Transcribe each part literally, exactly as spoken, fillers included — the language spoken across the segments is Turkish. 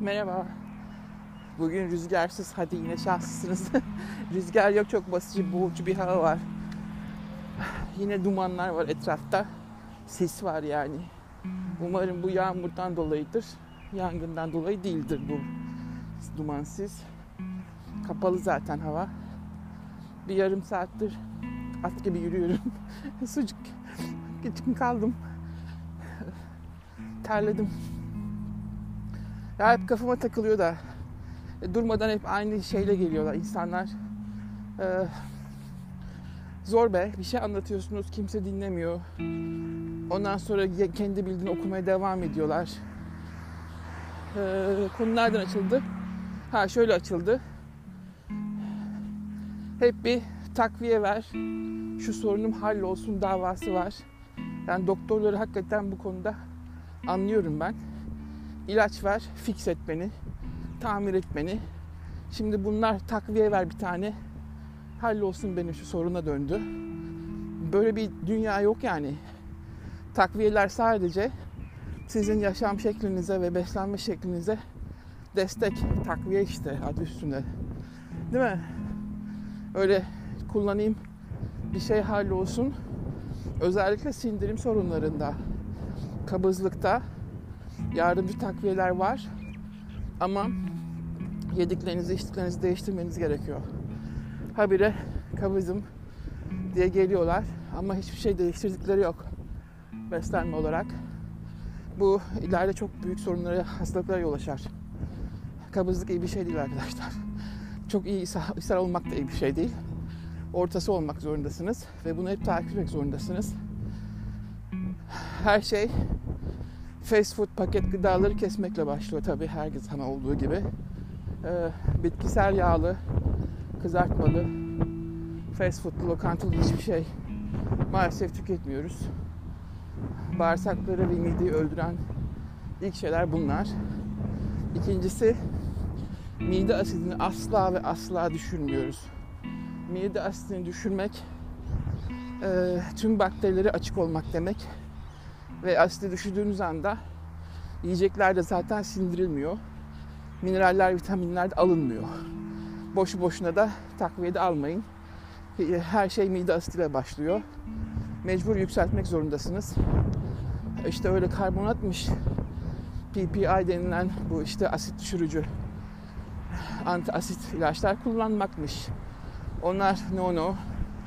Merhaba. Bugün rüzgarsız, hadi yine şanslısınız. Rüzgar yok, çok basıcı, boğucu bir hava var. Yine dumanlar var etrafta. Sis var yani. Umarım bu yağmurdan dolayıdır. Yangından dolayı değildir bu duman, sis. Kapalı zaten hava. Bir yarım saattir at gibi yürüyorum. Sucuk küçük kaldım. Terledim. Ya hep kafama takılıyor da e, durmadan hep aynı şeyle geliyorlar insanlar. Ee, zor be, bir şey anlatıyorsunuz, kimse dinlemiyor. Ondan sonra kendi bildiğini okumaya devam ediyorlar. Ee, konu nereden açıldı? Ha şöyle açıldı. Hep bir takviye ver, şu sorunum hallolsun davası var. Yani doktorları hakikaten bu konuda anlıyorum ben. İlaç ver, fix et beni, tamir et beni. Şimdi bunlar takviye ver bir tane, hallolsun benim şu soruna döndü. Böyle bir dünya yok yani. Takviyeler sadece sizin yaşam şeklinize ve beslenme şeklinize destek. Takviye işte adı üstünde. Değil mi? Öyle kullanayım, bir şey hallolsun. Özellikle sindirim sorunlarında, kabızlıkta yardımcı takviyeler var. Ama yediklerinizi, içtiklerinizi değiştirmeniz gerekiyor. Habire kabızım diye geliyorlar ama hiçbir şey değiştirdikleri yok beslenme olarak. Bu ileride çok büyük sorunlara, hastalıklara yol açar. Kabızlık iyi bir şey değil arkadaşlar. Çok iyi ishal olmak da iyi bir şey değil. Ortası olmak zorundasınız ve bunu hep takip etmek zorundasınız. Her şey fast food, paket gıdaları kesmekle başlıyor tabii, her zaman olduğu gibi. Ee, bitkisel yağlı, kızartmalı, fast foodlu, lokantalı hiçbir şey maalesef tüketmiyoruz. Bağırsakları ve mideyi öldüren ilk şeyler bunlar. İkincisi, mide asidini asla ve asla düşürmüyoruz. Mide asidini düşürmek e, tüm bakterilere açık olmak demek. Ve asidi düşürdüğünüz anda yiyecekler de zaten sindirilmiyor. Mineraller, vitaminler de alınmıyor. Boşu boşuna da takviye de almayın. Her şey mide asidiyle başlıyor. Mecbur yükseltmek zorundasınız. İşte öyle karbonatmış, P P I denilen bu işte asit düşürücü anti-asit ilaçlar kullanmakmış. Onlar no no.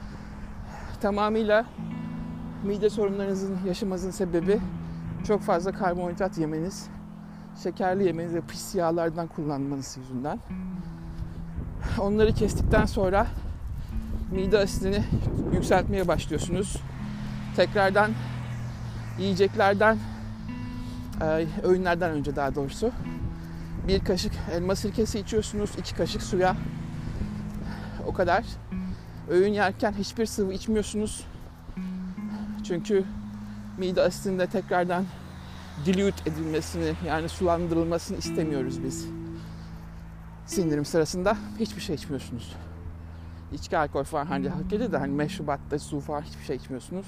Tamamıyla mide sorunlarınızın yaşamanızın sebebi çok fazla karbonhidrat yemeniz, şekerli yemeniz ve pis yağlardan kullanmanız yüzünden. Onları kestikten sonra mide asidini yükseltmeye başlıyorsunuz. Tekrardan yiyeceklerden, öğünlerden önce daha doğrusu bir kaşık elma sirkesi içiyorsunuz, iki kaşık suya, o kadar. Öğün yerken hiçbir sıvı içmiyorsunuz. Çünkü mide asidinde tekrardan dilute edilmesini, yani sulandırılmasını istemiyoruz biz. Sindirim sırasında hiçbir şey içmiyorsunuz. İçki, alkol falan hani hak ediyor da hani meşrubatta su falan hiçbir şey içmiyorsunuz.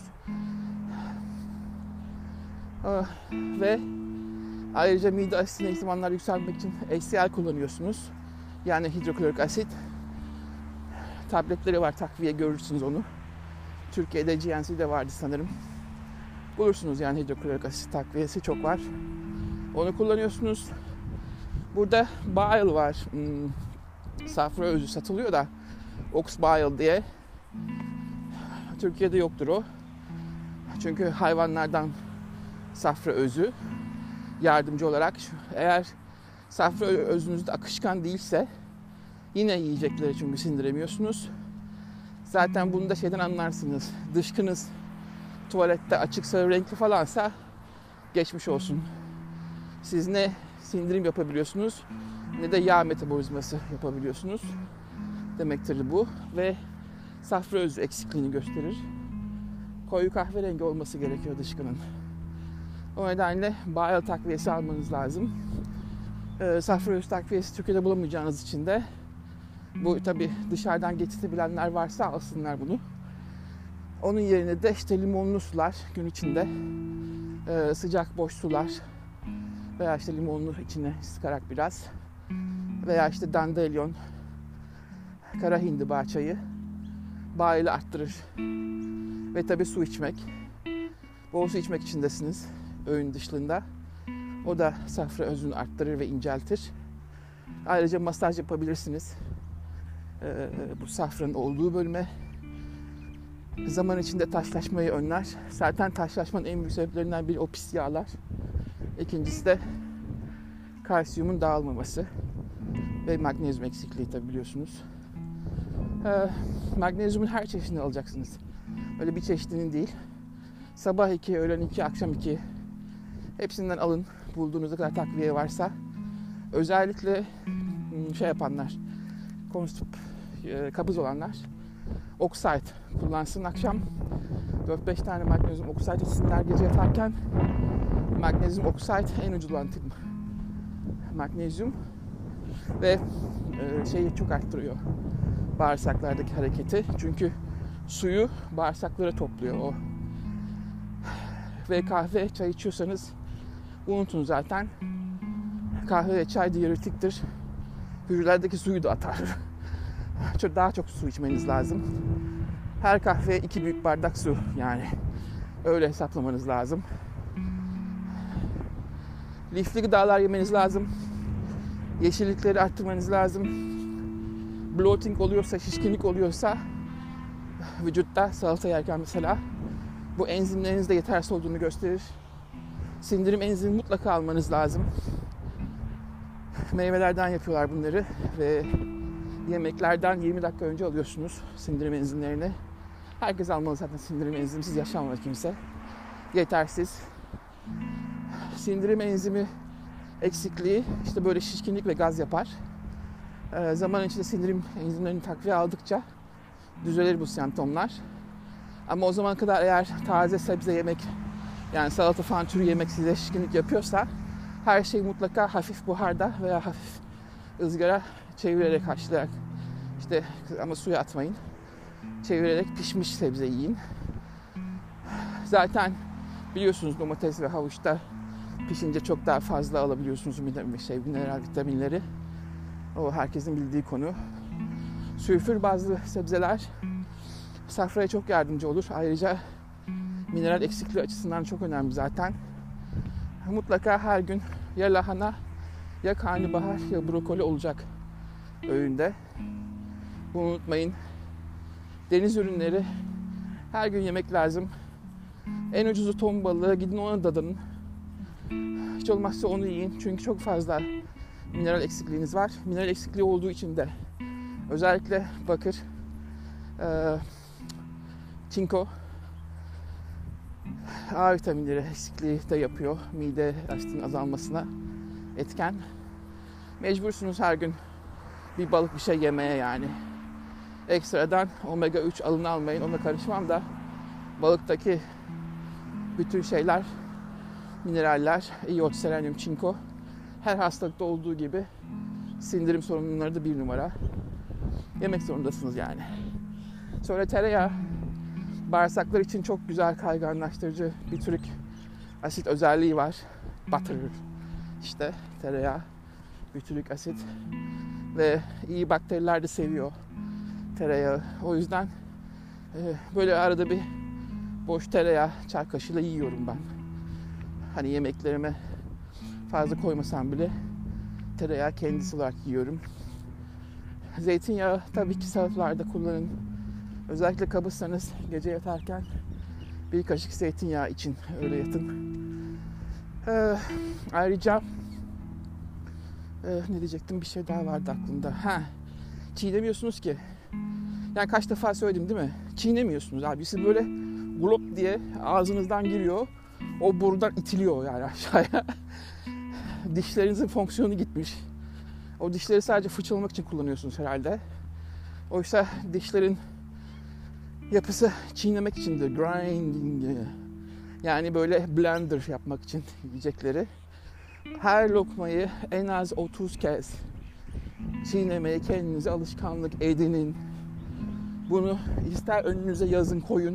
Ve ayrıca mide asidine ihtimaller yükselmek için H C L kullanıyorsunuz. Yani hidroklorik asit. Tabletleri var, takviye, görürsünüz onu. Türkiye'de G N C'de vardı sanırım. Bulursunuz yani, hidroklorik asit takviyesi çok var. Onu kullanıyorsunuz. Burada bile var. Hmm, safra özü satılıyor da ox bile diye. Türkiye'de yoktur o. Çünkü hayvanlardan safra özü yardımcı olarak. Eğer safra özünüzde akışkan değilse yine yiyecekleri çünkü sindiremiyorsunuz. Zaten bunu da şeyden anlarsınız. Dışkınız tuvalette açık sarı renkli falansa geçmiş olsun. Siz ne sindirim yapabiliyorsunuz ne de yağ metabolizması yapabiliyorsunuz demektir bu. Ve safra özü eksikliğini gösterir. Koyu kahverengi olması gerekiyor dışkının. O nedenle bile takviyesi almanız lazım. Ee, safra özü takviyesi Türkiye'de bulamayacağınız için de bu tabi dışarıdan getirebilenler varsa alsınlar bunu. Onun yerine de işte limonlu sular gün içinde, e, sıcak boş sular, Veya işte limonlu içine sıkarak biraz. Veya işte dandelion, kara hindiba çayı bağıyla arttırır. Ve tabii su içmek. Bol su içmek içindesiniz öğün dışında. O da safra özünü arttırır ve inceltir. Ayrıca masaj yapabilirsiniz. Ee, bu safranın olduğu bölüme. Zaman içinde taşlaşmayı önler. Zaten taşlaşmanın en büyük sebeplerinden biri o pis yağlar. İkincisi de kalsiyumun dağılmaması ve magnezyum eksikliği tabi biliyorsunuz. Ee, magnezyumun her çeşidini alacaksınız. Öyle bir çeşidinin değil. Sabah iki, öğlen iki, akşam iki. Hepsinden alın. Bulduğunuz kadar takviye varsa. Özellikle şey yapanlar, konstip, e, kabız olanlar oksayt kullansın akşam. dört beş tane magnezyum oksayt içsinler gece yatarken. Magnezyum oksayt en ucuz olan tip magnezyum ve e, şeyi çok arttırıyor. Bağırsaklardaki hareketi. Çünkü suyu bağırsaklara topluyor o. Ve kahve, çay içiyorsanız unutun zaten. Kahve ve çay diüretiktir. Hücrelerdeki suyu da atar. Çok daha çok su içmeniz lazım. Her kahveye iki büyük bardak su yani. Öyle hesaplamanız lazım. Lifli gıdalar yemeniz lazım. Yeşillikleri arttırmanız lazım. Bloating oluyorsa, şişkinlik oluyorsa vücutta salata yerken mesela bu enzimlerinizde yetersiz olduğunu gösterir. Sindirim enzimi mutlaka almanız lazım. Meyvelerden yapıyorlar bunları ve yemeklerden yirmi dakika önce alıyorsunuz sindirim enzimlerini. Herkes almalı zaten sindirim enzimsiz yaşamaz kimse. Yetersiz. Sindirim enzimi eksikliği işte böyle şişkinlik ve gaz yapar. Ee, zaman içinde sindirim enzimlerini takviye aldıkça düzelir bu semptomlar. Ama o zaman kadar eğer taze sebze yemek, yani salata falan türü yemek size şişkinlik yapıyorsa her şeyi mutlaka hafif buharda veya hafif ızgara çevirerek haşlayarak, işte ama suya atmayın, çevirerek pişmiş sebze yiyin. Zaten biliyorsunuz domates ve havuçta pişince çok daha fazla alabiliyorsunuz şey, mineral vitaminleri. O herkesin bildiği konu. Sülfür bazlı sebzeler safraya çok yardımcı olur. Ayrıca mineral eksikliği açısından çok önemli zaten. Mutlaka her gün ya lahana ya karnabahar ya brokoli olacak öğünde. Bunu unutmayın. Deniz ürünleri her gün yemek lazım. En ucuzu ton balığı, gidin ona dadanın. Hiç olmazsa onu yiyin. Çünkü çok fazla mineral eksikliğiniz var. Mineral eksikliği olduğu için de özellikle bakır, e, çinko, A vitaminleri eksikliği de yapıyor. Mide açlığının azalmasına etken. Mecbursunuz her gün bir balık bir şey yemeye yani. Ekstradan omega üç alın almayın. Ona karışmam da balıktaki bütün şeyler, mineraller, iyot, selenyum, çinko her hastalıkta olduğu gibi sindirim sorunları da bir numara. Yemek zorundasınız yani. Sonra tereyağı bağırsaklar için çok güzel kayganlaştırıcı bir türlük asit özelliği var. Butter işte tereyağı, bütürük asit ve iyi bakteriler de seviyor tereyağı. O yüzden e, böyle arada bir boş tereyağı çay kaşığıyla yiyorum ben. Hani yemeklerime fazla koymasam bile tereyağı kendisi olarak yiyorum. Zeytinyağı tabii ki salatalarda kullanın. Özellikle kabızsanız gece yatarken bir kaşık zeytinyağı için öyle yatın. Ee, ayrıca e, ne diyecektim, bir şey daha vardı aklımda. Ha, çiğnemiyorsunuz ki. Yani kaç defa söyledim değil mi? Çiğnemiyorsunuz abi. Siz böyle glop diye ağzınızdan giriyor. O buradan itiliyor yani aşağıya. Dişlerinizin fonksiyonu gitmiş. O dişleri sadece fırçalamak için kullanıyorsunuz herhalde. Oysa dişlerin yapısı çiğnemek içindir. Grinding. Yani böyle blender yapmak için yiyecekleri. Her lokmayı en az otuz kez çiğnemeye kendinize alışkanlık edinin. Bunu ister önünüze yazın, koyun.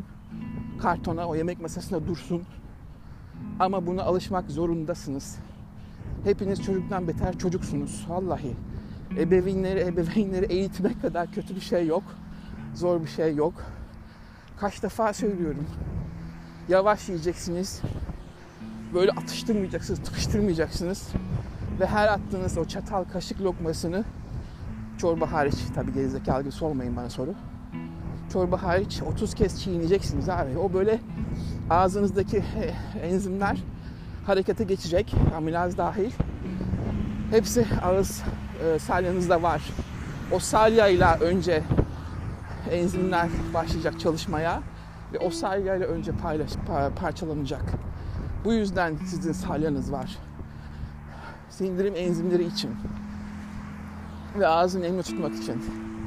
Kartona, o yemek masasında dursun. Ama buna alışmak zorundasınız. Hepiniz çocuktan beter çocuksunuz. Vallahi. Ebeveynleri, ebeveynleri eğitmek kadar kötü bir şey yok. Zor bir şey yok. Kaç defa söylüyorum. Yavaş yiyeceksiniz. Böyle atıştırmayacaksınız, tıkıştırmayacaksınız. Ve her attığınız o çatal, kaşık lokmasını, çorba hariç, tabii gerizekalı gibi sormayın bana soru. Çorba hariç otuz kez çiğneyeceksiniz abi. O böyle ağzınızdaki enzimler harekete geçecek. Amilaz dahil. Hepsi ağız e, salyanızda var. O salyayla önce enzimler başlayacak çalışmaya ve o salyayla önce paylaş, parçalanacak. Bu yüzden sizin salyanız var. Sindirim enzimleri için ve ağzını nemli tutmak için.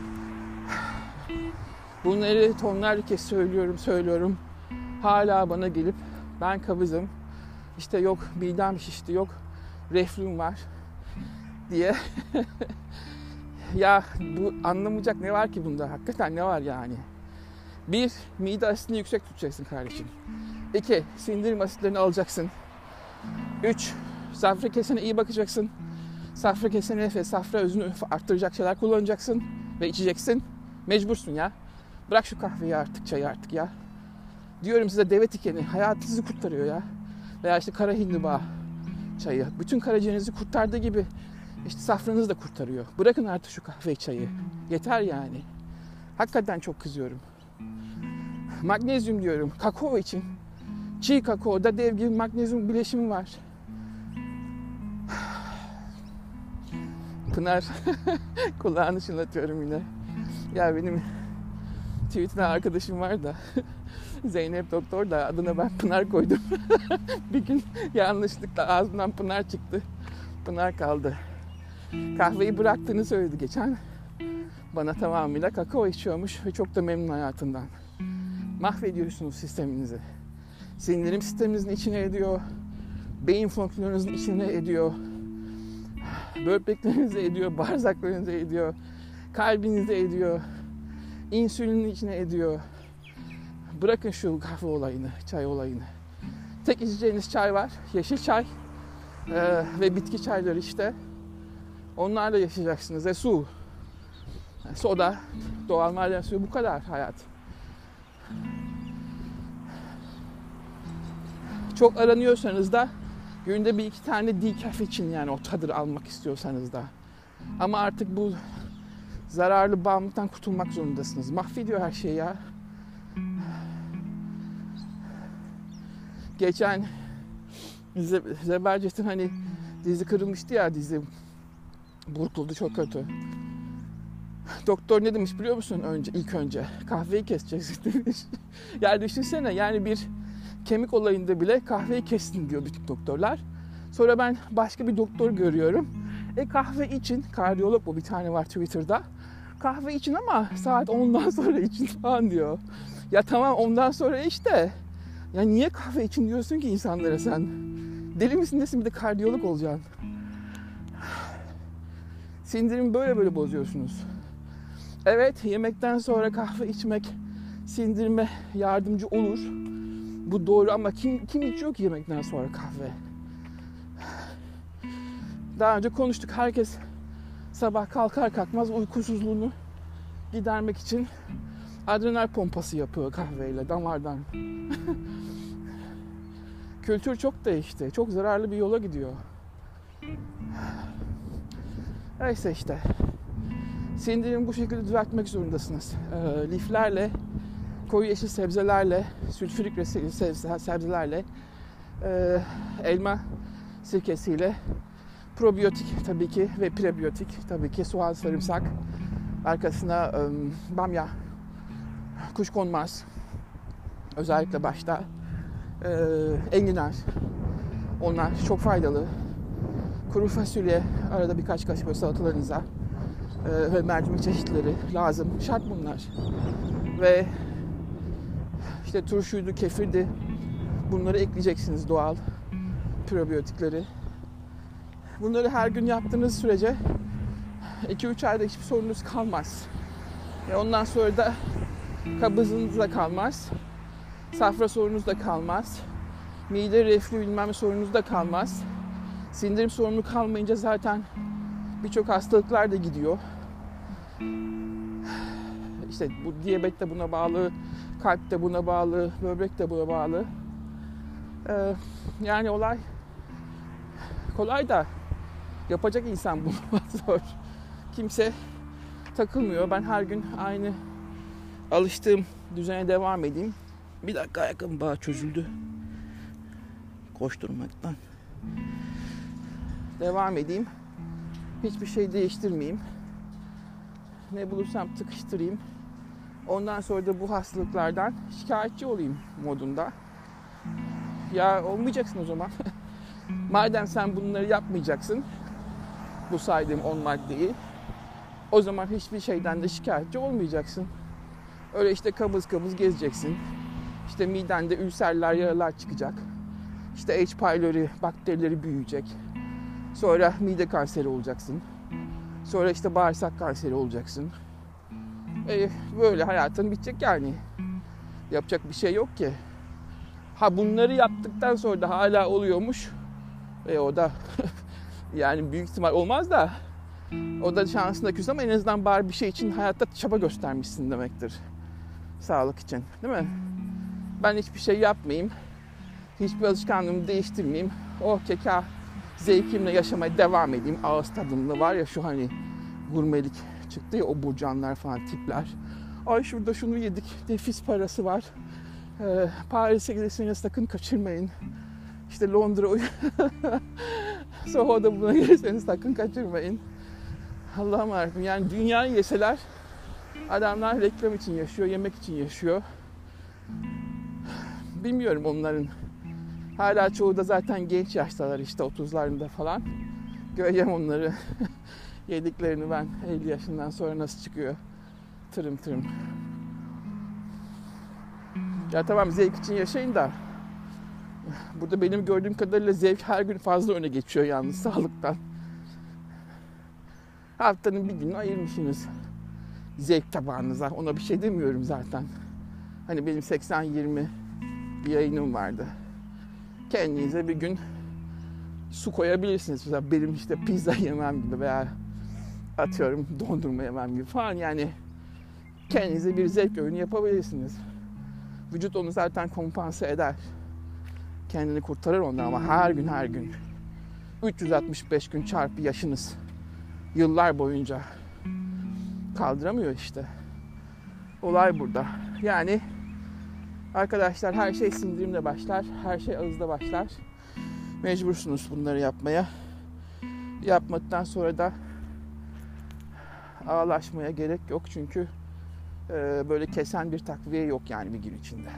Bunları tonlarca kez söylüyorum, söylüyorum. Hala bana gelip ben kabızım, işte yok midem şişti, yok reflüm var diye. Ya bu anlamayacak ne var ki bunda? Hakikaten ne var yani? Bir, mide asitini yüksek tutacaksın kardeşim. İki, sindirim asitlerini alacaksın. Üç, safra kesene iyi bakacaksın. Safra kesene ve safra özünü arttıracak şeyler kullanacaksın ve içeceksin. Mecbursun ya. Bırak şu kahveyi artık, çayı artık ya. Diyorum size, deve tikeni hayatınızı kurtarıyor ya. Veya işte kara hindiba çayı. Bütün karaciğerinizi kurtardığı gibi işte safranızı da kurtarıyor. Bırakın artık şu kahve çayı. Yeter yani. Hakikaten çok kızıyorum. Magnezyum diyorum. Kakao için. Çiğ kakaoda dev gibi magnezyum bileşimi var. Pınar. Kulağını çınlatıyorum yine. Ya benim Twitter'da arkadaşım var da Zeynep doktor da adına ben Pınar koydum. Bir gün yanlışlıkla ağzımdan Pınar çıktı. Pınar kaldı. Kahveyi bıraktığını söyledi geçen. Bana tamamıyla kakao içiyormuş ve çok da memnun hayatından. Mahvediyorsunuz sisteminizi. Sindirim sisteminizin içine ediyor. Beyin fonksiyonunuzun içine ediyor. Böbreklerinize ediyor. Bağırsaklarınıza ediyor. Kalbinize ediyor. İnsülinin içine ediyor. Bırakın şu kahve olayını, çay olayını. Tek içeceğiniz çay var. Yeşil çay. Ee, ve bitki çayları işte. Onlarla yaşayacaksınız. Ve su. Soda, doğal maden suyu, bu kadar hayat. Çok aranıyorsanız da günde bir iki tane decaf için, yani o tadı almak istiyorsanız da. Ama artık bu zararlı bağımlılıktan kurtulmak zorundasınız. Mahvediyor her şeyi ya. Geçen Zebercet'in hani dizi kırılmıştı ya, dizi burkuldu çok kötü. Doktor ne demiş biliyor musun önce ilk önce? Kahveyi keseceksin demiş. Yani düşünsene, yani bir kemik olayında bile kahveyi kestin diyor bütün doktorlar. Sonra ben başka bir doktor görüyorum. E kahve için, kardiyolog bu bir tane var Twitter'da. Kahve için ama saat ondan sonra için falan diyor. Ya tamam ondan sonra işte. Ya niye kahve için diyorsun ki insanlara sen? Deli misin nesin, bir de kardiyolog olacaksın. Sindirimi böyle böyle bozuyorsunuz. Evet, yemekten sonra kahve içmek sindirime yardımcı olur. Bu doğru ama kim kim içiyor ki yemekten sonra kahve? Daha önce konuştuk. Herkes sabah kalkar kalkmaz uykusuzluğunu gidermek için adrenal pompası yapıyor kahveyle damardan. Kültür çok değişti. Çok zararlı bir yola gidiyor. Neyse işte. Sindirimi bu şekilde düzeltmek zorundasınız. E, liflerle, koyu yeşil sebzelerle, sülfürik sebzelerle, e, elma sirkesiyle, probiyotik tabii ki ve prebiyotik tabii ki, soğan, sarımsak, arkasına e, bamya, kuşkonmaz, özellikle başta, e, enginar, onlar çok faydalı. Kuru fasulye arada birkaç kaşık böyle salatalarınıza e, ve mercimek çeşitleri lazım. Şart bunlar. Ve işte turşuydu, kefirdi. Bunları ekleyeceksiniz, doğal probiyotikleri. Bunları her gün yaptığınız sürece iki üç ayda hiçbir sorunuz kalmaz. Ve ondan sonra da kabızınız da kalmaz. Safra sorunuz da kalmaz. Mide reflü bilmem sorunuz da kalmaz. Sindirim sorunu kalmayınca zaten birçok hastalıklar da gidiyor. İşte bu diyabet de buna bağlı, kalp de buna bağlı, böbrek de buna bağlı. Ee, yani olay kolay da yapacak insan bulmak zor. Kimse takılmıyor. Ben her gün aynı alıştığım düzene devam edeyim. Bir dakika, ayakkabım bağı çözüldü koşturmaktan. Devam edeyim. Hiçbir şey değiştirmeyeyim. Ne bulursam tıkıştırayım. Ondan sonra da bu hastalıklardan şikayetçi olayım modunda. Ya olmayacaksın o zaman. Madem sen bunları yapmayacaksın, bu saydığım on maddeyi, o zaman hiçbir şeyden de şikayetçi olmayacaksın. Öyle işte kabız kabız gezeceksin. İşte midende ülserler, yaralar çıkacak. İşte H. pylori bakterileri büyüyecek. Sonra mide kanseri olacaksın. Sonra işte bağırsak kanseri olacaksın. E, böyle hayatın bitecek yani. Yapacak bir şey yok ki. Ha bunları yaptıktan sonra da hala oluyormuş. E o da yani büyük ihtimal olmaz da o da şansına küs ama en azından bari bir şey için hayatta çaba göstermişsin demektir. Sağlık için, değil mi? Ben hiçbir şey yapmayayım. Hiçbir alışkanlığımı değiştirmeyeyim. O keka zevkimle yaşamaya devam edeyim. Ağız tadımlı var ya şu hani gurmelik çıktı ya, o burcanlar falan tipler. Ay şurada şunu yedik, nefis parası var. Ee, Paris'e giderseniz sakın kaçırmayın. İşte Londra Soho'da buna gelirseniz sakın kaçırmayın. Allah'ım yarabbim, yani dünyayı yeseler adamlar reklam için yaşıyor, yemek için yaşıyor. Bilmiyorum onların. Hala çoğu da zaten genç yaştalar, işte otuzlarında falan. Göreceğim onları. Yediklerini ben elli yaşından sonra nasıl çıkıyor. Tırım tırım. Ya tamam, zevk için yaşayın da burada benim gördüğüm kadarıyla zevk her gün fazla öne geçiyor yalnız sağlıktan. Haftanın bir günü ayırmışsınız zevk tabağınıza. Ona bir şey demiyorum zaten. Hani benim seksen yirmi bir yayınım vardı. Kendinize bir gün su koyabilirsiniz. Mesela benim işte pizza yemem gibi veya atıyorum dondurma yemem gibi falan, yani kendinize bir zevk öğünü yapabilirsiniz. Vücut onu zaten kompanse eder. Kendini kurtarır ondan ama her gün her gün üç yüz altmış beş gün çarpı yaşınız yıllar boyunca kaldıramıyor işte. Olay burada. Yani arkadaşlar, her şey sindirimle başlar. Her şey ağızda başlar. Mecbursunuz bunları yapmaya. Yapmadıktan sonra da ağlaşmaya gerek yok. Çünkü e, böyle kesen bir takviye yok yani bir gün içinde.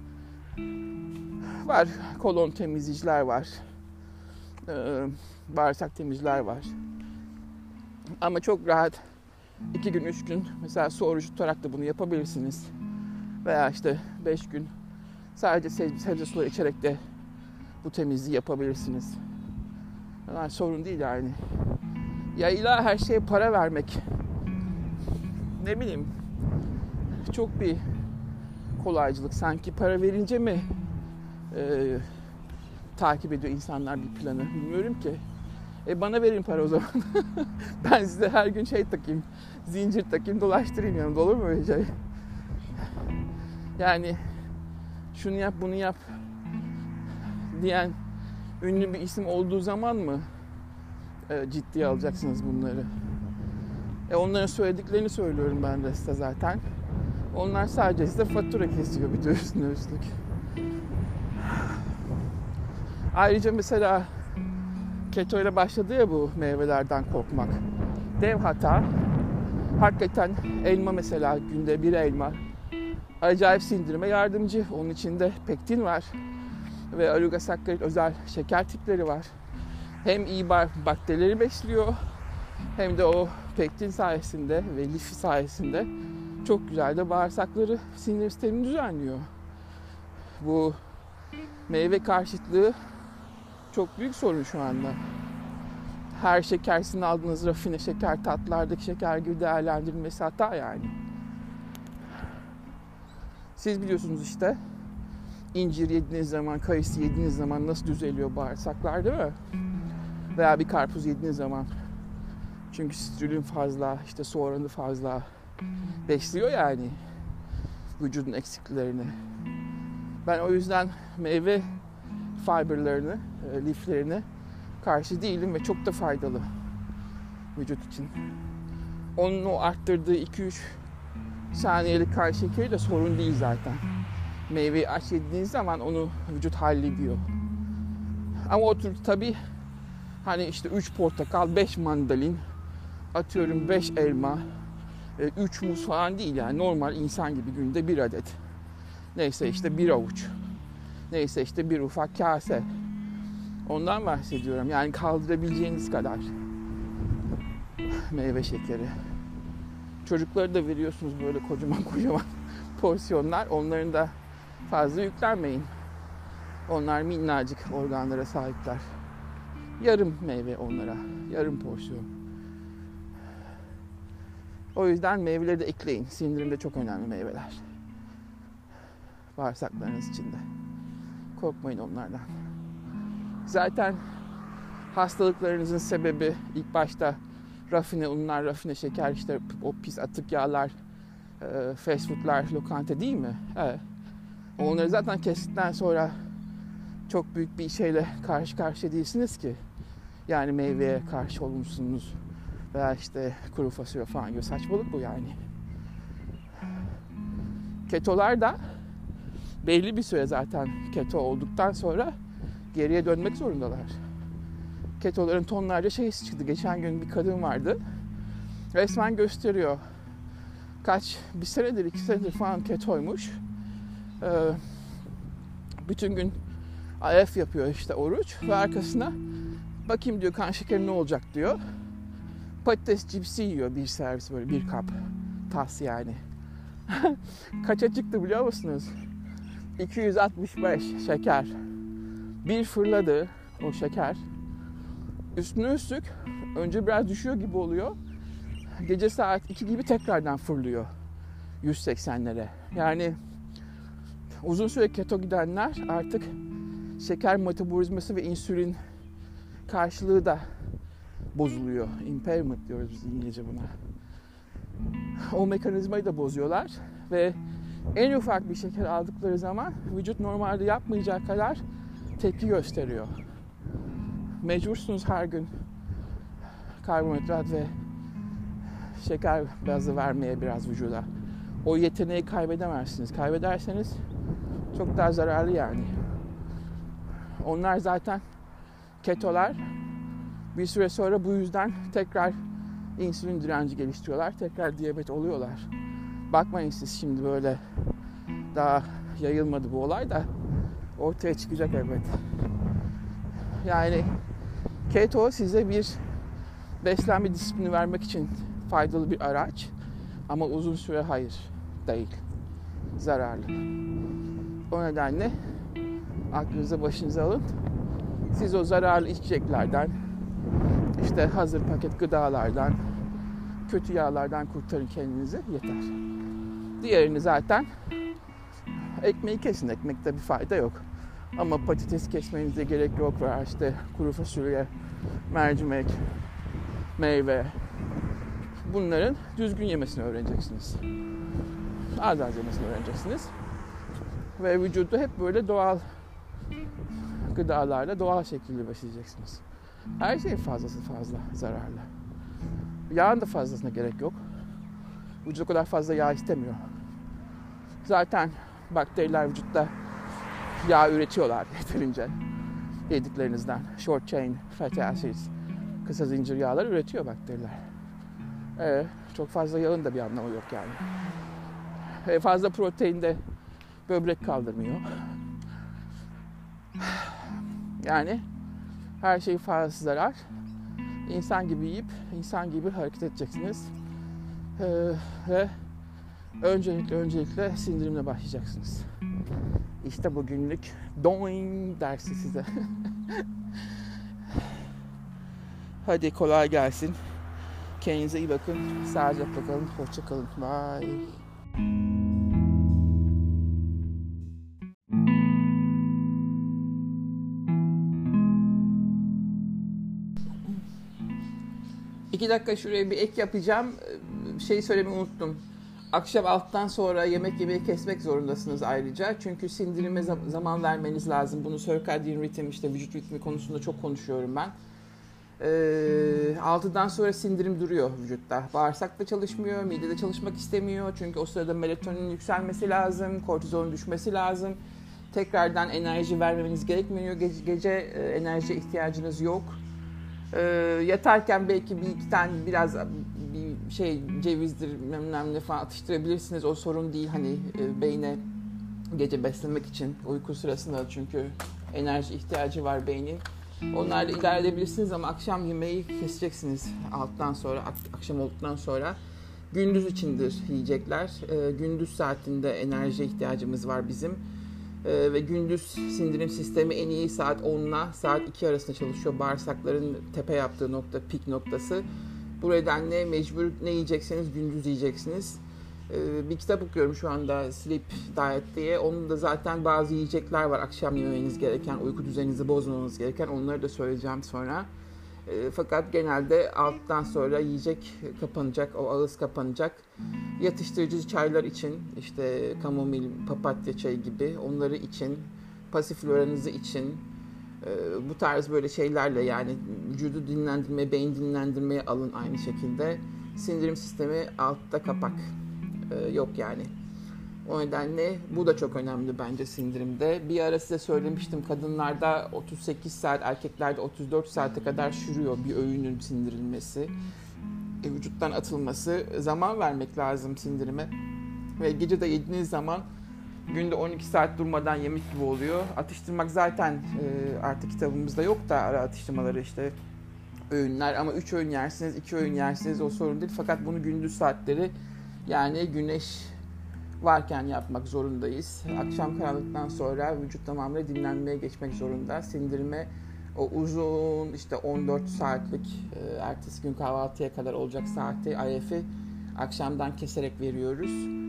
Var. Kolon temizleyiciler var. E, bağırsak temizleyiciler var. Ama çok rahat iki gün, üç gün mesela su orucu tutarak da bunu yapabilirsiniz. Veya işte beş gün sadece sebze, sebze suları içerek de bu temizliği yapabilirsiniz. Yani sorun değil yani. Ya illa her şeye para vermek, ne bileyim, çok bir kolaycılık. Sanki para verince mi e, takip ediyor insanlar bir planı, bilmiyorum ki. E bana verin para o zaman. Ben size her gün şey takayım, zincir takayım, dolaştırayım yanımda, olur mu öyle şey? Yani şunu yap, bunu yap diyen ünlü bir isim olduğu zaman mı e, ciddiye alacaksınız bunları? E onların söylediklerini söylüyorum ben de size zaten. Onlar sadece size fatura kesiyor bir de üstüne üstlük. Ayrıca mesela keto ile başladı ya bu meyvelerden korkmak. Dev hata. Hakikaten elma mesela, günde bir elma acayip sindirime yardımcı. Onun içinde pektin var ve oligosakkarit özel şeker tipleri var. Hem iyi bakterileri besliyor hem de o pektin sayesinde ve lif sayesinde çok güzel de bağırsakları, sinir sistemini düzenliyor. Bu meyve karşıtlığı çok büyük sorun şu anda. Her şeker sizin aldığınız rafine şeker, tatlardaki şeker gibi değerlendirilmesi hata yani. Siz biliyorsunuz işte incir yediğiniz zaman, kayısı yediğiniz zaman nasıl düzeliyor bağırsaklar, değil mi? Veya bir karpuz yediğiniz zaman, çünkü sitrullin fazla, işte su oranı fazla besliyor yani vücudun eksiklerini. Ben o yüzden meyve fiberlarını, liflerine karşı değilim ve çok da faydalı vücut için. Onun o arttırdığı iki üç saniyelik kan şekeri de sorun değil zaten. Meyveyi aç yediğiniz zaman onu vücut hallediyor. Ama oturup tabii hani işte üç portakal, beş mandalin, atıyorum beş elma, üç muz falan değil yani, normal insan gibi günde bir adet. Neyse işte bir avuç. Neyse işte bir ufak kase. Ondan bahsediyorum. Yani kaldırabileceğiniz kadar meyve şekeri. Çocukları da veriyorsunuz böyle kocaman kocaman porsiyonlar. Onların da fazla yüklenmeyin. Onlar minnacık organlara sahipler. Yarım meyve onlara. Yarım porsiyon. O yüzden meyveleri de ekleyin. Sindirimde çok önemli meyveler. Bağırsaklarınız içinde. Korkmayın onlardan. Zaten hastalıklarınızın sebebi ilk başta rafine unlar, rafine şeker, işte o pis atık yağlar, fast foodlar, lokanta değil mi? Evet. Onları zaten kestikten sonra çok büyük bir şeyle karşı karşıya değilsiniz ki. Yani meyveye karşı olmuşsunuz veya işte kuru fasulye falan gibi, saçmalık bu yani. Ketolar da belli bir süre zaten keto olduktan sonra geriye dönmek zorundalar. Ketoların tonlarca şeysi çıktı. Geçen gün bir kadın vardı. Resmen gösteriyor. Kaç, bir senedir, iki senedir falan ketoymuş. Ee, bütün gün I F yapıyor işte, oruç. Ve arkasına bakayım diyor, kan şekeri ne olacak diyor. Patates cipsi yiyor bir servis, böyle bir kap. Tas yani. Kaça çıktı biliyor musunuz? iki yüz altmış beş şeker. Bir fırladı o şeker. Üstüne üstlük önce biraz düşüyor gibi oluyor. Gece saat iki gibi tekrardan fırlıyor yüz seksenlere. Yani uzun süre keto gidenler artık şeker metabolizması ve insülin karşılığı da bozuluyor. Impairment diyoruz biz İngilizce buna. O mekanizmayı da bozuyorlar ve en ufak bir şeker aldıkları zaman vücut normalde yapmayacağı kadar tepki gösteriyor. Mecbursunuz her gün karbonhidrat ve şeker bazı vermeye biraz vücuda. O yeteneği kaybedemezsiniz. Kaybederseniz çok daha zararlı yani. Onlar zaten ketolar bir süre sonra bu yüzden tekrar insülin direnci geliştiriyorlar. Tekrar diyabet oluyorlar. Bakmayın siz şimdi böyle, daha yayılmadı bu olay da ortaya çıkacak elbet. Yani keto size bir beslenme disiplini vermek için faydalı bir araç. Ama uzun süre hayır, değil. Zararlı. O nedenle aklınıza başınıza alın. Siz o zararlı içeceklerden, işte hazır paket gıdalardan, kötü yağlardan kurtarın kendinizi, yeter. Diğerini zaten ekmeği kesin. Ekmekte bir fayda yok. Ama patates kesmenize gerek yok. Veya işte kuru fasulye, mercimek, meyve. Bunların düzgün yemesini öğreneceksiniz. Az az yemesini öğreneceksiniz. Ve vücudu hep böyle doğal gıdalarla doğal şekilde besleyeceksiniz. Her şeyin fazlası fazla zararlı. Yağın da fazlasına gerek yok. Vücut o kadar fazla yağ istemiyor. Zaten bakteriler vücutta yağ üretiyorlar yeterince yediklerinizden. Short chain fatty acids, kısa zincir yağlar üretiyor bakteriler. Ee, çok fazla yağın da bir anlamı yok yani. Ee, fazla protein de böbrek kaldırmıyor. Yani her şey fazlası zarar. İnsan gibi yiyip insan gibi hareket edeceksiniz. Ee, ve öncelikle öncelikle sindirimle başlayacaksınız. İşte bugünlük doing dersi size. Hadi kolay gelsin. Kendinize iyi bakın. Sağlıcakla kalın. Hoşça kalın. Bye. İki dakika şuraya bir ek yapacağım. Şey söylemeyi unuttum. Akşam alttan sonra yemek yemeyi kesmek zorundasınız ayrıca. Çünkü sindirime zaman vermeniz lazım. Bunu circadian ritim, işte vücut ritmi konusunda çok konuşuyorum ben. Ee, altıdan sonra sindirim duruyor vücutta. Bağırsak da çalışmıyor, mide de çalışmak istemiyor. Çünkü o sırada melatonin yükselmesi lazım, kortizolun düşmesi lazım. Tekrardan enerji vermemeniz gerekmiyor. Gece, gece e, enerji ihtiyacınız yok. Ee, yatarken belki bir iki tane biraz bir şey cevizdir, bilmem ne falan atıştırabilirsiniz. O sorun değil, hani e, beyne gece beslemek için uyku sırasında, çünkü enerji ihtiyacı var beynin. Onlarla idare edebilirsiniz ama akşam yemeği keseceksiniz alttan sonra, ak- akşam olduktan sonra. Gündüz içindir yiyecekler. E, gündüz saatinde enerji ihtiyacımız var bizim. E, ve gündüz sindirim sistemi en iyi saat on ile saat iki arasında çalışıyor. Bağırsakların tepe yaptığı nokta, pik noktası. Bu nedenle mecbur ne yiyecekseniz gündüz yiyeceksiniz. E, bir kitap okuyorum şu anda, Sleep Diet diye. Onun da zaten bazı yiyecekler var akşam yemeniz gereken, uyku düzeninizi bozmamanız gereken. Onları da söyleyeceğim sonra. E, fakat genelde alttan sonra yiyecek kapanacak, o ağız kapanacak. Yatıştırıcı çaylar için, işte kamomil, papatya çayı gibi, onları için, pasifloranızı için, e, bu tarz böyle şeylerle, yani vücudu dinlendirmeye, beyin dinlendirmeye alın aynı şekilde. Sindirim sistemi altta kapak. E, yok yani. O nedenle bu da çok önemli bence sindirimde. Bir ara size söylemiştim, kadınlarda otuz sekiz saat, erkeklerde otuz dört saate kadar sürüyor bir öğünün sindirilmesi, e, vücuttan atılması. Zaman vermek lazım sindirime. Ve gece de yediğiniz zaman günde on iki saat durmadan yemek gibi oluyor. Atıştırmak zaten e, artık kitabımızda yok da, ara atıştırmaları işte öğünler, ama üç öğün yersiniz, iki öğün yersiniz, o sorun değil. Fakat bunu gündüz saatleri, yani güneş varken yapmak zorundayız. Akşam karanlıktan sonra vücut tamamıyla dinlenmeye geçmek zorunda. Sindirime o uzun işte on dört saatlik, e, ertesi gün kahvaltıya kadar olacak saati, I F'i akşamdan keserek veriyoruz.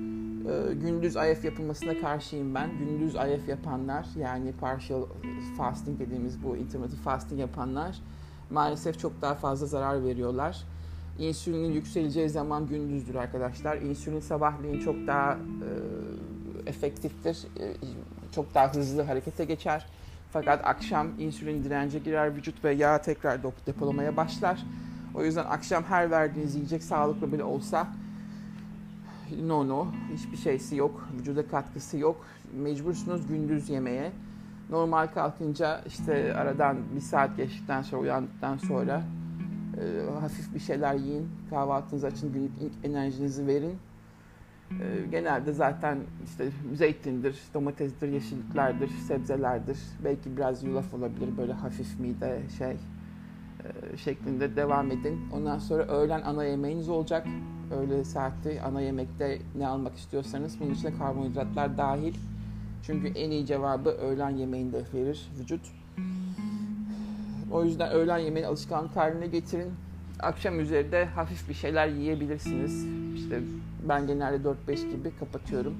E, gündüz I F yapılmasına karşıyım ben. Gündüz I F yapanlar, yani partial fasting dediğimiz bu intermittent fasting yapanlar maalesef çok daha fazla zarar veriyorlar. İnsülinin yükseleceği zaman gündüzdür arkadaşlar. İnsülin sabahleyin çok daha e, efektiftir. E, çok daha hızlı harekete geçer. Fakat akşam insülin dirence girer vücut ve yağ tekrar depolamaya başlar. O yüzden akşam her verdiğiniz yiyecek sağlıklı bile olsa no no, hiçbir şeysi yok. Vücuda katkısı yok. Mecbursunuz gündüz yemeye. Normal kalkınca işte aradan bir saat geçtikten sonra, uyandıktan sonra E, hafif bir şeyler yiyin, kahvaltınızı açın, günlük ilk enerjinizi verin. E, genelde zaten işte zeytindir, domatesdir, yeşilliklerdir, sebzelerdir. Belki biraz yulaf olabilir, böyle hafif mide şey e, şeklinde devam edin. Ondan sonra öğlen ana yemeğiniz olacak. Öğle saati ana yemekte ne almak istiyorsanız, bunun içine karbonhidratlar dahil. Çünkü en iyi cevabı öğlen yemeğinde verir vücut. O yüzden öğlen yemeğini alışkanlık haline getirin. Akşam üzeri de hafif bir şeyler yiyebilirsiniz. İşte ben genelde dört beş gibi kapatıyorum.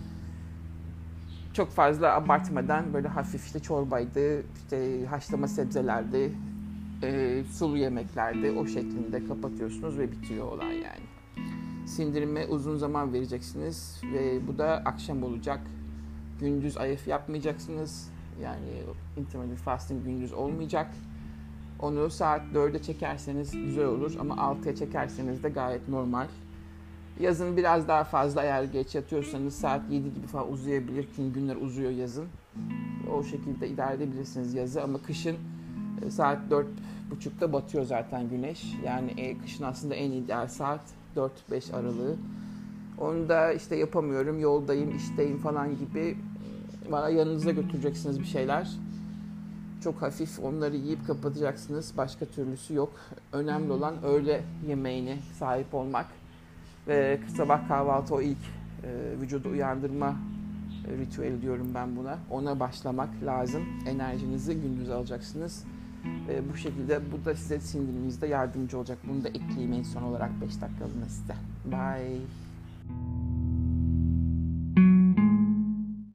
Çok fazla abartmadan böyle hafif işte çorbaydı, işte haşlama sebzelerdi, e, sulu yemeklerdi, o şeklinde kapatıyorsunuz ve bitiyor olay yani. Sindirime uzun zaman vereceksiniz ve bu da akşam olacak. Gündüz I F yapmayacaksınız. Yani intermittent fasting gündüz olmayacak. Onu saat dörde çekerseniz güzel olur ama altıya çekerseniz de gayet normal. Yazın biraz daha fazla, eğer geç yatıyorsanız saat yedi gibi falan uzayabilir. Çünkü günler uzuyor yazın. O şekilde idare edebilirsiniz yazı, ama kışın saat dört buçukta batıyor zaten güneş. Yani e, kışın aslında en ideal saat dört beş aralığı. Onu da işte yapamıyorum, yoldayım, işteyim falan gibi, bana yanınıza götüreceksiniz bir şeyler. Çok hafif, onları yiyip kapatacaksınız. Başka türlüsü yok. Önemli olan öğle yemeğine sahip olmak. Ve sabah kahvaltı, o ilk e, vücudu uyandırma e, ritüeli diyorum ben buna. Ona başlamak lazım. Enerjinizi gündüz alacaksınız. E, bu şekilde bu da size sindiriminizde yardımcı olacak. Bunu da ekleyeyim en son olarak beş dakikalığına size. Bye.